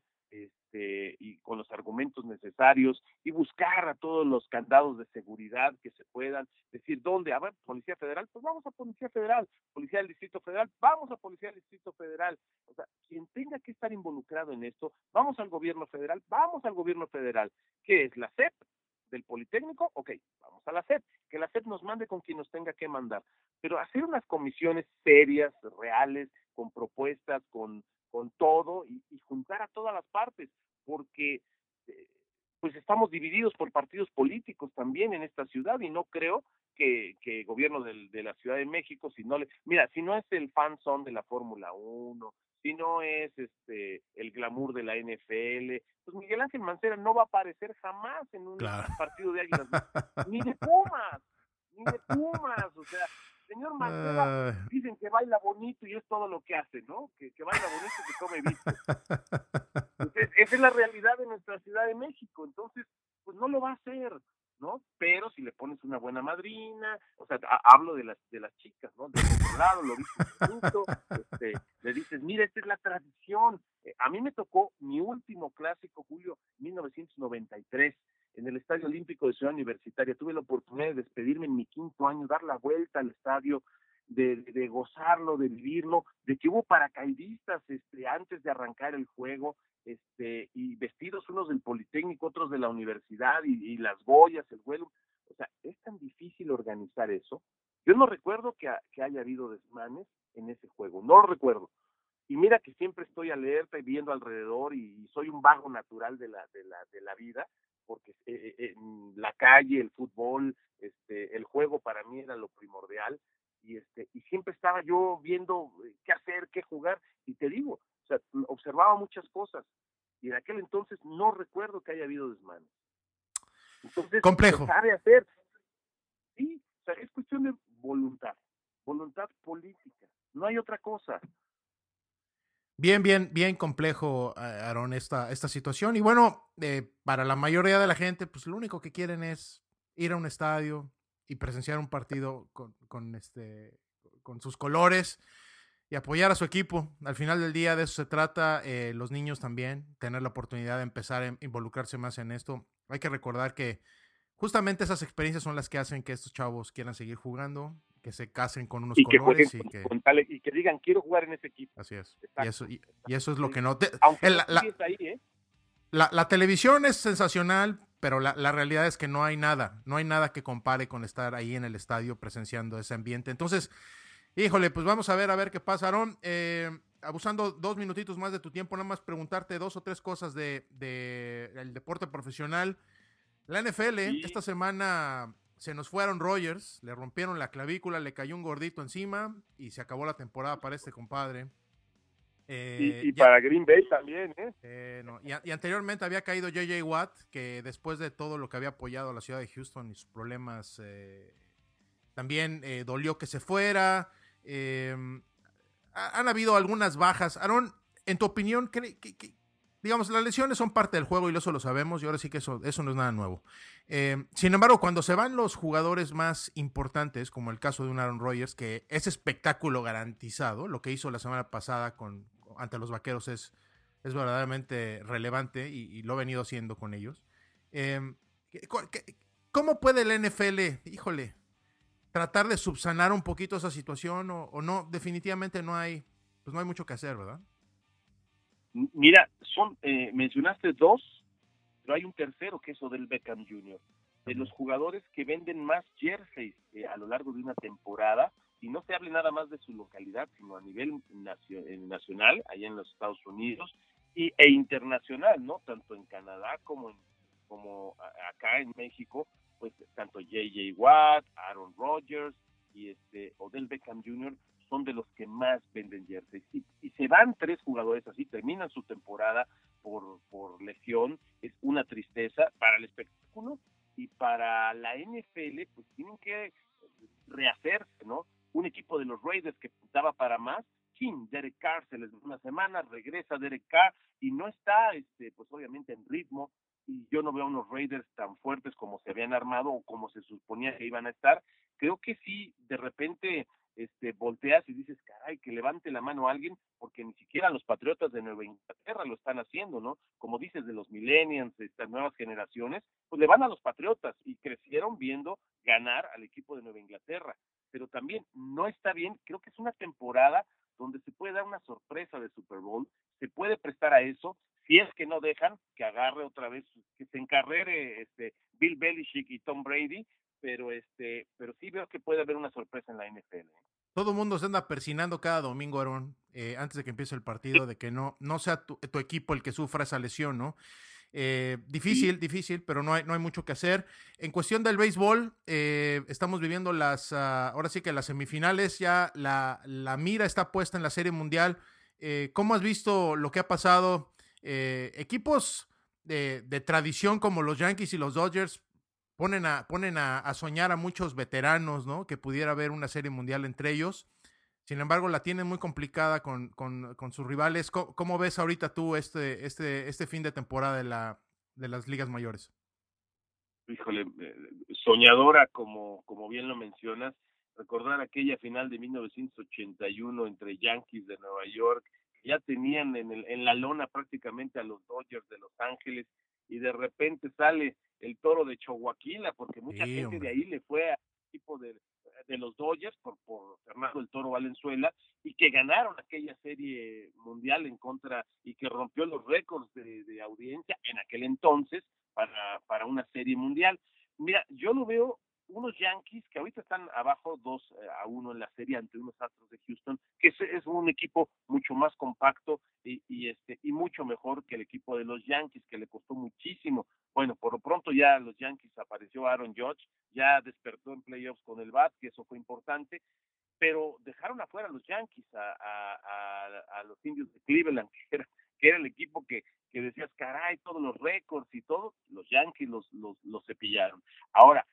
este, y con los argumentos necesarios, y buscar a todos los candados de seguridad que se puedan, decir, ¿dónde? A ver, Policía Federal, pues vamos a Policía Federal, Policía del Distrito Federal, vamos a Policía del Distrito Federal. O sea, quien tenga que estar involucrado en esto, vamos al gobierno federal, vamos al gobierno federal. ¿Qué es? ¿La S E P del Politécnico? Ok, vamos a la S E P, que la S E P nos mande con quien nos tenga que mandar, pero hacer unas comisiones serias, reales, con propuestas, con con todo y, y juntar a todas las partes, porque eh, pues estamos divididos por partidos políticos también en esta ciudad y no creo que, que el gobierno del, de la Ciudad de México, si no le, mira, si no es el fan zone de la Fórmula uno, si no es este el glamour de la N F L, pues Miguel Ángel Mancera no va a aparecer jamás en un Claro. partido de Águilas, ni de Pumas, ni de Pumas, o sea, señor Mancera, Uh... dicen que baila bonito y es todo lo que hace, ¿no? Que, que baila bonito y que come visto. Entonces, esa es la realidad de nuestra Ciudad de México. Entonces, pues no lo va a hacer, ¿no? Pero si le pones una buena madrina, o sea, a, hablo de las de las chicas, ¿no? Del otro lado, lo dices bonito, este, le dices, mira, esta es la tradición. Eh, a mí me tocó mi último clásico, Julio, mil novecientos noventa y tres, en el Estadio Olímpico de Ciudad Universitaria. Tuve la oportunidad de despedirme en mi quinto año, dar la vuelta al estadio, de, de, de gozarlo, de vivirlo, de que hubo paracaidistas este, antes de arrancar el juego, este, y vestidos unos del Politécnico, otros de la universidad, y, y las boyas, el vuelo. O sea, es tan difícil organizar eso. Yo no recuerdo que, ha, que haya habido desmanes en ese juego, no lo recuerdo. Y mira que siempre estoy alerta y viendo alrededor y, y soy un vago natural de la, de la, de la vida, porque eh, eh, la calle, el fútbol, este, el juego para mí era lo primordial, y este, y siempre estaba yo viendo qué hacer, qué jugar, y te digo, o sea, observaba muchas cosas, y en aquel entonces no recuerdo que haya habido desmanes. Entonces, complejo. se sabe hacer, sí, o sea, es cuestión de voluntad, voluntad política, no hay otra cosa. Bien, bien, bien complejo, Aarón, esta, esta situación. Y bueno, eh, para la mayoría de la gente, pues lo único que quieren es ir a un estadio y presenciar un partido con, con, este, con sus colores y apoyar a su equipo. Al final del día de eso se trata. Eh, los niños también, tener la oportunidad de empezar a involucrarse más en esto. Hay que recordar que justamente esas experiencias son las que hacen que estos chavos quieran seguir jugando, que se casen con unos y que colores jueguen y que... con tal, y que digan, quiero jugar en ese equipo. Así es. Exacto, y, eso, y, exacto. y eso es lo que no... Te, Aunque el, no la, ahí, ¿eh? La, la televisión es sensacional, pero la, la realidad es que no hay nada, no hay nada que compare con estar ahí en el estadio presenciando ese ambiente. Entonces, híjole, pues vamos a ver, a ver qué pasa, Aarón. Eh, abusando dos minutitos más de tu tiempo, nada más preguntarte dos o tres cosas de, de el deporte profesional. La N F L, Sí. esta semana se nos fueron Rodgers, le rompieron la clavícula, le cayó un gordito encima y se acabó la temporada para este compadre. Eh, Y, y ya, para Green Bay también, ¿eh? eh, no, y, a- y anteriormente había caído J J Watt, que después de todo lo que había apoyado a la ciudad de Houston y sus problemas, eh, también eh, dolió que se fuera. Eh, ha- han habido algunas bajas. Aaron, en tu opinión, ¿cree que, que- digamos, las lesiones son parte del juego y eso lo sabemos, y ahora sí que eso, eso no es nada nuevo. Eh, sin embargo, cuando se van los jugadores más importantes, como el caso de un Aaron Rodgers, que es espectáculo garantizado, lo que hizo la semana pasada con, ante los Vaqueros es, es verdaderamente relevante y, y lo ha venido haciendo con ellos. Eh, ¿Cómo puede el N F L, híjole, tratar de subsanar un poquito esa situación o, o no? Definitivamente no hay, pues no hay mucho que hacer, ¿verdad? Mira, son eh, mencionaste dos, pero hay un tercero que es Odell Beckham junior De los jugadores que venden más jerseys eh, a lo largo de una temporada, y no se hable nada más de su localidad, sino a nivel nacio nacional, allá en los Estados Unidos, y, e internacional, ¿no? Tanto en Canadá como, en, como a, acá en México, pues tanto J J Watt, Aaron Rodgers y este Odell Beckham junior son de los que más venden jerseys. Y, y se van tres jugadores así, terminan su temporada por, por lesión, es una tristeza para el espectáculo y para la N F L, pues tienen que rehacerse, ¿no? Un equipo de los Raiders que daba para más, King, Derek Carr se les da una semana, regresa Derek Carr y no está, este, pues obviamente en ritmo, y yo no veo unos Raiders tan fuertes como se habían armado o como se suponía que iban a estar. Creo que sí, de repente este, volteas y dices, caray, que levante la mano a alguien, porque ni siquiera los Patriotas de Nueva Inglaterra lo están haciendo, ¿no? Como dices, de los millennials, de estas nuevas generaciones, pues le van a los Patriotas y crecieron viendo ganar al equipo de Nueva Inglaterra. Pero también no está bien, creo que es una temporada donde se puede dar una sorpresa de Super Bowl, se puede prestar a eso, si es que no dejan que agarre otra vez, que se encarrere este Bill Belichick y Tom Brady, pero este, pero sí veo que puede haber una sorpresa en la N F L. Todo el mundo se anda persinando cada domingo, Aaron, eh, antes de que empiece el partido, de que no, no sea tu, tu equipo el que sufra esa lesión, ¿no? Eh, Sí. difícil, difícil, pero no hay, no hay mucho que hacer. En cuestión del béisbol, eh, estamos viviendo las, uh, ahora sí que las semifinales, ya la, la mira está puesta en la Serie Mundial. Eh, ¿Cómo has visto lo que ha pasado? Eh, equipos de, de tradición como los Yankees y los Dodgers ponen a, ponen a, a soñar a muchos veteranos, ¿no? Que pudiera haber una Serie Mundial entre ellos. Sin embargo, la tienen muy complicada con, con, con sus rivales. ¿Cómo, ¿Cómo, ves ahorita tú este, este, este fin de temporada de, la, de las ligas mayores? Híjole, soñadora, como, como bien lo mencionas, recordar aquella final de mil novecientos ochenta y uno entre Yankees de Nueva York, que ya tenían en, el, en la lona prácticamente a los Dodgers de Los Ángeles, y de repente sale el Toro de Chihuahua, porque mucha Sí, gente de hombre. ahí le fue al equipo de, de los Dodgers por, por Fernando el Toro Valenzuela, y que ganaron aquella serie mundial en contra, y que rompió los récords de, de audiencia en aquel entonces, para, para una serie mundial. Mira, yo lo veo unos Yankees que ahorita están abajo dos a uno en la serie ante unos Astros de Houston, que es, es un equipo mucho más compacto y, y este y mucho mejor que el equipo de los Yankees, que le costó muchísimo. Bueno, por lo pronto ya los Yankees apareció Aaron Judge, ya despertó en playoffs con el bat, que eso fue importante, pero dejaron afuera a los Yankees, a, a, a, a los Indios de Cleveland, que era, que era el equipo que, que decías, caray, todos los récords y todo, los Yankees los, los, los cepillaron. Ahora,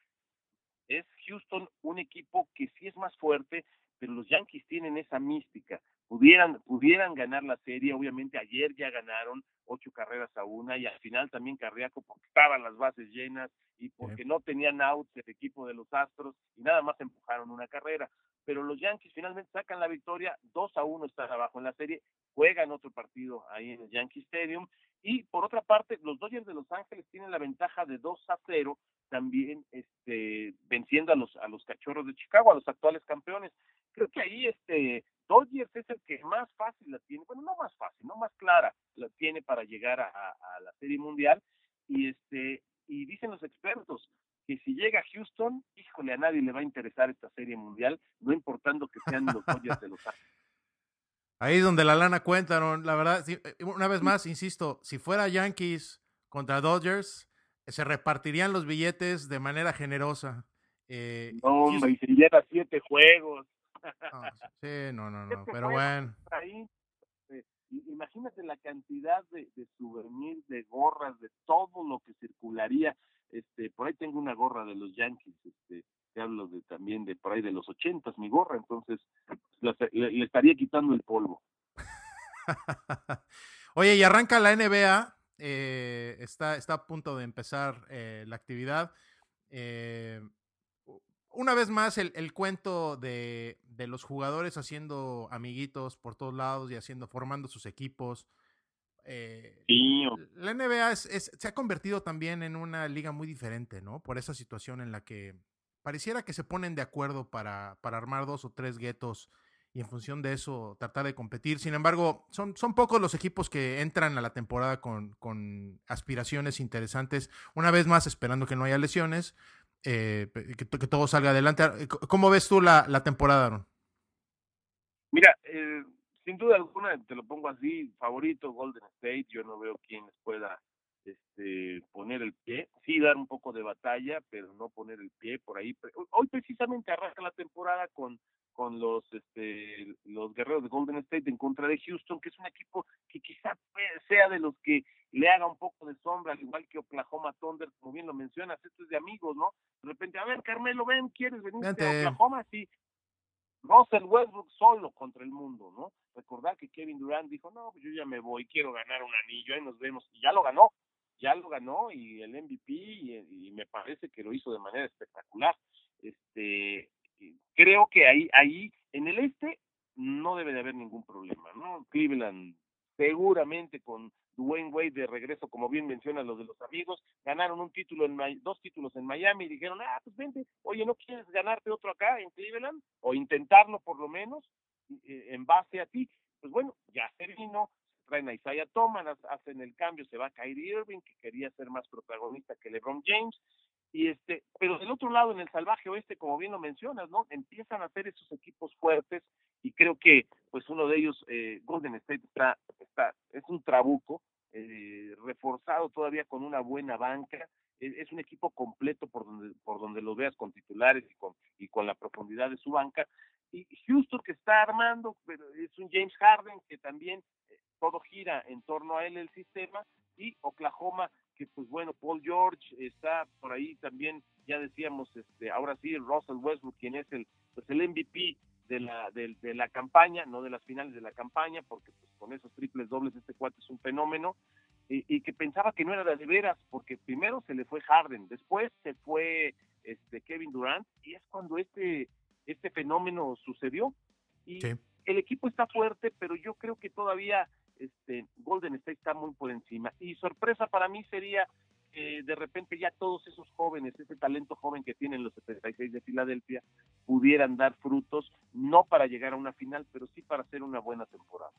es Houston un equipo que sí es más fuerte, pero los Yankees tienen esa mística. Pudieran, pudieran ganar la serie, obviamente ayer ya ganaron ocho carreras a una, y al final también cardíaco porque estaban las bases llenas y Sí. porque no tenían outs el equipo de los Astros y nada más empujaron una carrera. Pero los Yankees finalmente sacan la victoria, dos a uno están abajo en la serie, juegan otro partido ahí en el Yankee Stadium, y por otra parte, los Dodgers de Los Ángeles tienen la ventaja de dos a cero, también este venciendo a los a los Cachorros de Chicago, a los actuales campeones. Creo que ahí este Dodgers es el que más fácil la tiene, bueno, no más fácil, no más clara la tiene para llegar a, a, a la Serie Mundial, y este y dicen los expertos que si llega a Houston, híjole, a nadie le va a interesar esta Serie Mundial, no importando que sean los Dodgers de Los Ángeles. Ahí es donde la lana cuenta, ¿no? La verdad, sí, una vez más, insisto, si fuera Yankees contra Dodgers, se repartirían los billetes de manera generosa. Eh, No, hombre, Houston, y se lleva siete juegos. no, sí, no, no, no, siete pero juegos bueno. ahí. imagínate la cantidad de, de souvenirs, de gorras, de todo lo que circularía. Este, por ahí tengo una gorra de los Yankees, este, te hablo de también de por ahí de los ochentas, mi gorra, entonces la, le, le estaría quitando el polvo. Oye, y arranca la N B A, eh, está, está a punto de empezar eh, la actividad. Eh, una vez más, el, el cuento de, de los jugadores haciendo amiguitos por todos lados y haciendo, formando sus equipos. Eh, sí, o... La N B A es, es, se ha convertido también en una liga muy diferente, ¿no? Por esa situación en la que pareciera que se ponen de acuerdo para, para armar dos o tres guetos y en función de eso tratar de competir. Sin embargo, son, son pocos los equipos que entran a la temporada con, con aspiraciones interesantes, una vez más esperando que no haya lesiones, eh, que, que todo salga adelante. ¿Cómo ves tú la, la temporada, Aaron? Mira, eh, sin duda alguna, te lo pongo así, favorito Golden State, yo no veo quién les pueda este, poner el pie, sí dar un poco de batalla, pero no poner el pie por ahí. Hoy precisamente arranca la temporada con con los este los guerreros de Golden State en contra de Houston, que es un equipo que quizá sea de los que le haga un poco de sombra, al igual que Oklahoma Thunder, como bien lo mencionas, esto es de amigos, ¿no? De repente, a ver, Carmelo, ven, ¿quieres venirte a Oklahoma? Sí. Russell Westbrook solo contra el mundo, ¿no? Recordar que Kevin Durant dijo, no, pues yo ya me voy, quiero ganar un anillo, ahí nos vemos, y ya lo ganó, ya lo ganó, y el M V P, y, y me parece que lo hizo de manera espectacular. Este, creo que ahí, ahí, en el este, no debe de haber ningún problema, ¿no? Cleveland, seguramente con Dwayne Wade de regreso, como bien mencionan los de los amigos, ganaron un título en dos títulos en Miami y dijeron, ah, pues vente, oye, ¿no quieres ganarte otro acá en Cleveland? O intentarlo por lo menos, eh, en base a ti. Pues bueno, ya se vino, traen a Isaiah Thomas, hacen el cambio, se va Kyrie Irving, que quería ser más protagonista que LeBron James, y este, pero del otro lado, en el salvaje oeste, como bien lo mencionas, ¿no? Empiezan a hacer esos equipos fuertes, y creo que, pues uno de ellos, eh, Golden State, está, está, es un trabuco, eh, reforzado todavía con una buena banca, es, es un equipo completo por donde, por donde lo veas, con titulares y con, y con la profundidad de su banca, y Houston que está armando, pero es un James Harden que también eh, todo gira en torno a él el sistema, y Oklahoma que pues bueno, Paul George está por ahí también, ya decíamos, este, ahora sí, Russell Westbrook, quien es el, pues el M V P de la, de, de la campaña, no de las finales de la campaña, porque pues con esos triples dobles este cuate es un fenómeno, y, y que pensaba que no era de veras, porque primero se le fue Harden, después se fue este Kevin Durant, y es cuando este, este fenómeno sucedió, y sí. El equipo está fuerte, pero yo creo que todavía este Golden State está muy por encima, y sorpresa para mí sería que de repente ya todos esos jóvenes, ese talento joven que tienen los setenta y seis de Filadelfia, pudieran dar frutos, no para llegar a una final, pero sí para hacer una buena temporada.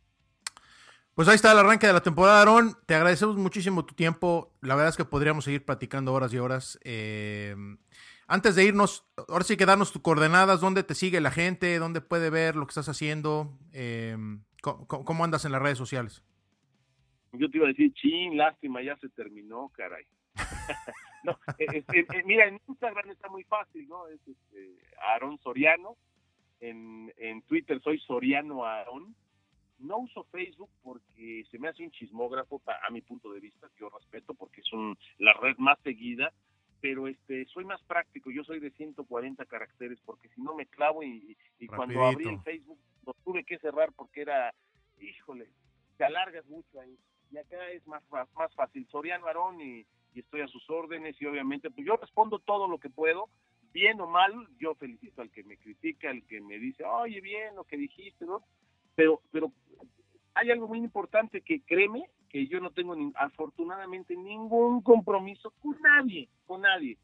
Pues ahí está el arranque de la temporada, Aaron. Te agradecemos muchísimo tu tiempo. La verdad es que podríamos seguir platicando horas y horas. Eh, antes de irnos, ahora sí que darnos tus coordenadas, dónde te sigue la gente, dónde puede ver lo que estás haciendo, eh, ¿cómo, cómo andas en las redes sociales? Yo te iba a decir, chin, lástima, ya se terminó, caray. no, es, es, es, mira, en Instagram está muy fácil, ¿no? Es este, Aaron Soriano. En, en Twitter soy Soriano Aaron. No uso Facebook porque se me hace un chismógrafo, a mi punto de vista, yo respeto porque es un, la red más seguida, pero este soy más práctico, yo soy de ciento cuarenta caracteres porque si no me clavo, y, y cuando abrí el Facebook lo tuve que cerrar porque era, híjole, te alargas mucho ahí, y acá es más, más fácil, Soriano Aaron, y, y estoy a sus órdenes, y obviamente pues yo respondo todo lo que puedo, bien o mal, yo felicito al que me critica, al que me dice, oye, bien lo que dijiste, ¿no? Pero, pero hay algo muy importante que créeme que yo no tengo ni, afortunadamente ningún compromiso con nadie, con nadie.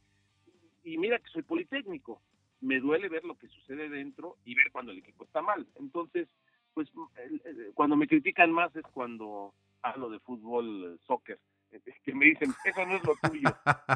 Y mira que soy politécnico, me duele ver lo que sucede dentro y ver cuando el equipo está mal. Entonces, pues cuando me critican más es cuando hablo de fútbol, soccer, que me dicen, eso no es lo tuyo.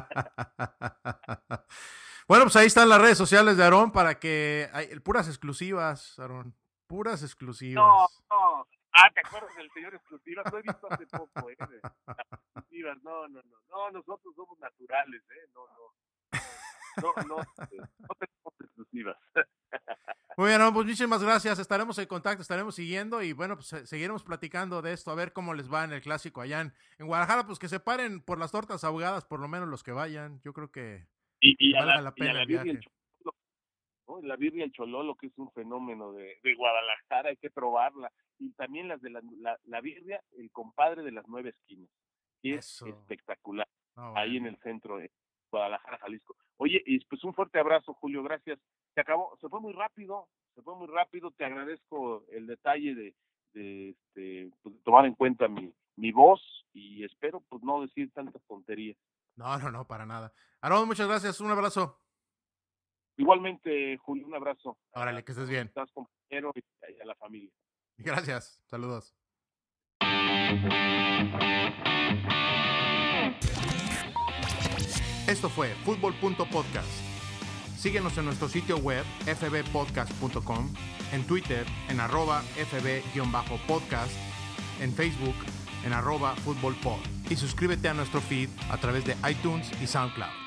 Bueno, pues ahí están las redes sociales de Aarón para que hay puras exclusivas, Aarón. Puras exclusivas. No, no. Ah, ¿te acuerdas del señor exclusivas? Lo he visto hace poco, ¿eh? Las exclusivas, no, no, no. No, nosotros somos naturales, ¿eh? No, no. no, no, no tenemos exclusivas. Muy bien, no, pues muchísimas gracias. Estaremos en contacto, estaremos siguiendo y bueno, pues seguiremos platicando de esto, a ver cómo les va en el clásico allá en, en Guadalajara. Pues que se paren por las tortas ahogadas, por lo menos los que vayan. Yo creo que, y, y que a valga la, la y a pena la el birria viaje. el Chololo, ¿no? La birria el Chololo, que es un fenómeno de, de Guadalajara, hay que probarla. Y también las de la, la, la birria, el compadre de las nueve esquinas, que es Eso. espectacular, Oh, ahí bueno. en el centro de Guadalajara, Jalisco. Oye, y pues un fuerte abrazo, Julio, gracias. Se acabó, se fue muy rápido, se fue muy rápido, te agradezco el detalle de, de, este, pues, de tomar en cuenta mi, mi voz y espero pues no decir tantas tonterías. No, no, no, para nada. Aarón, muchas gracias, un abrazo. Igualmente, Julio, un abrazo. Órale, que estés bien. Estás compañero y a la familia. Gracias, saludos. Esto fue Fútbol punto podcast. Síguenos en nuestro sitio web f b podcast punto com, en Twitter en arroba fb-podcast, en Facebook en arroba futbolpod y suscríbete a nuestro feed a través de iTunes y SoundCloud.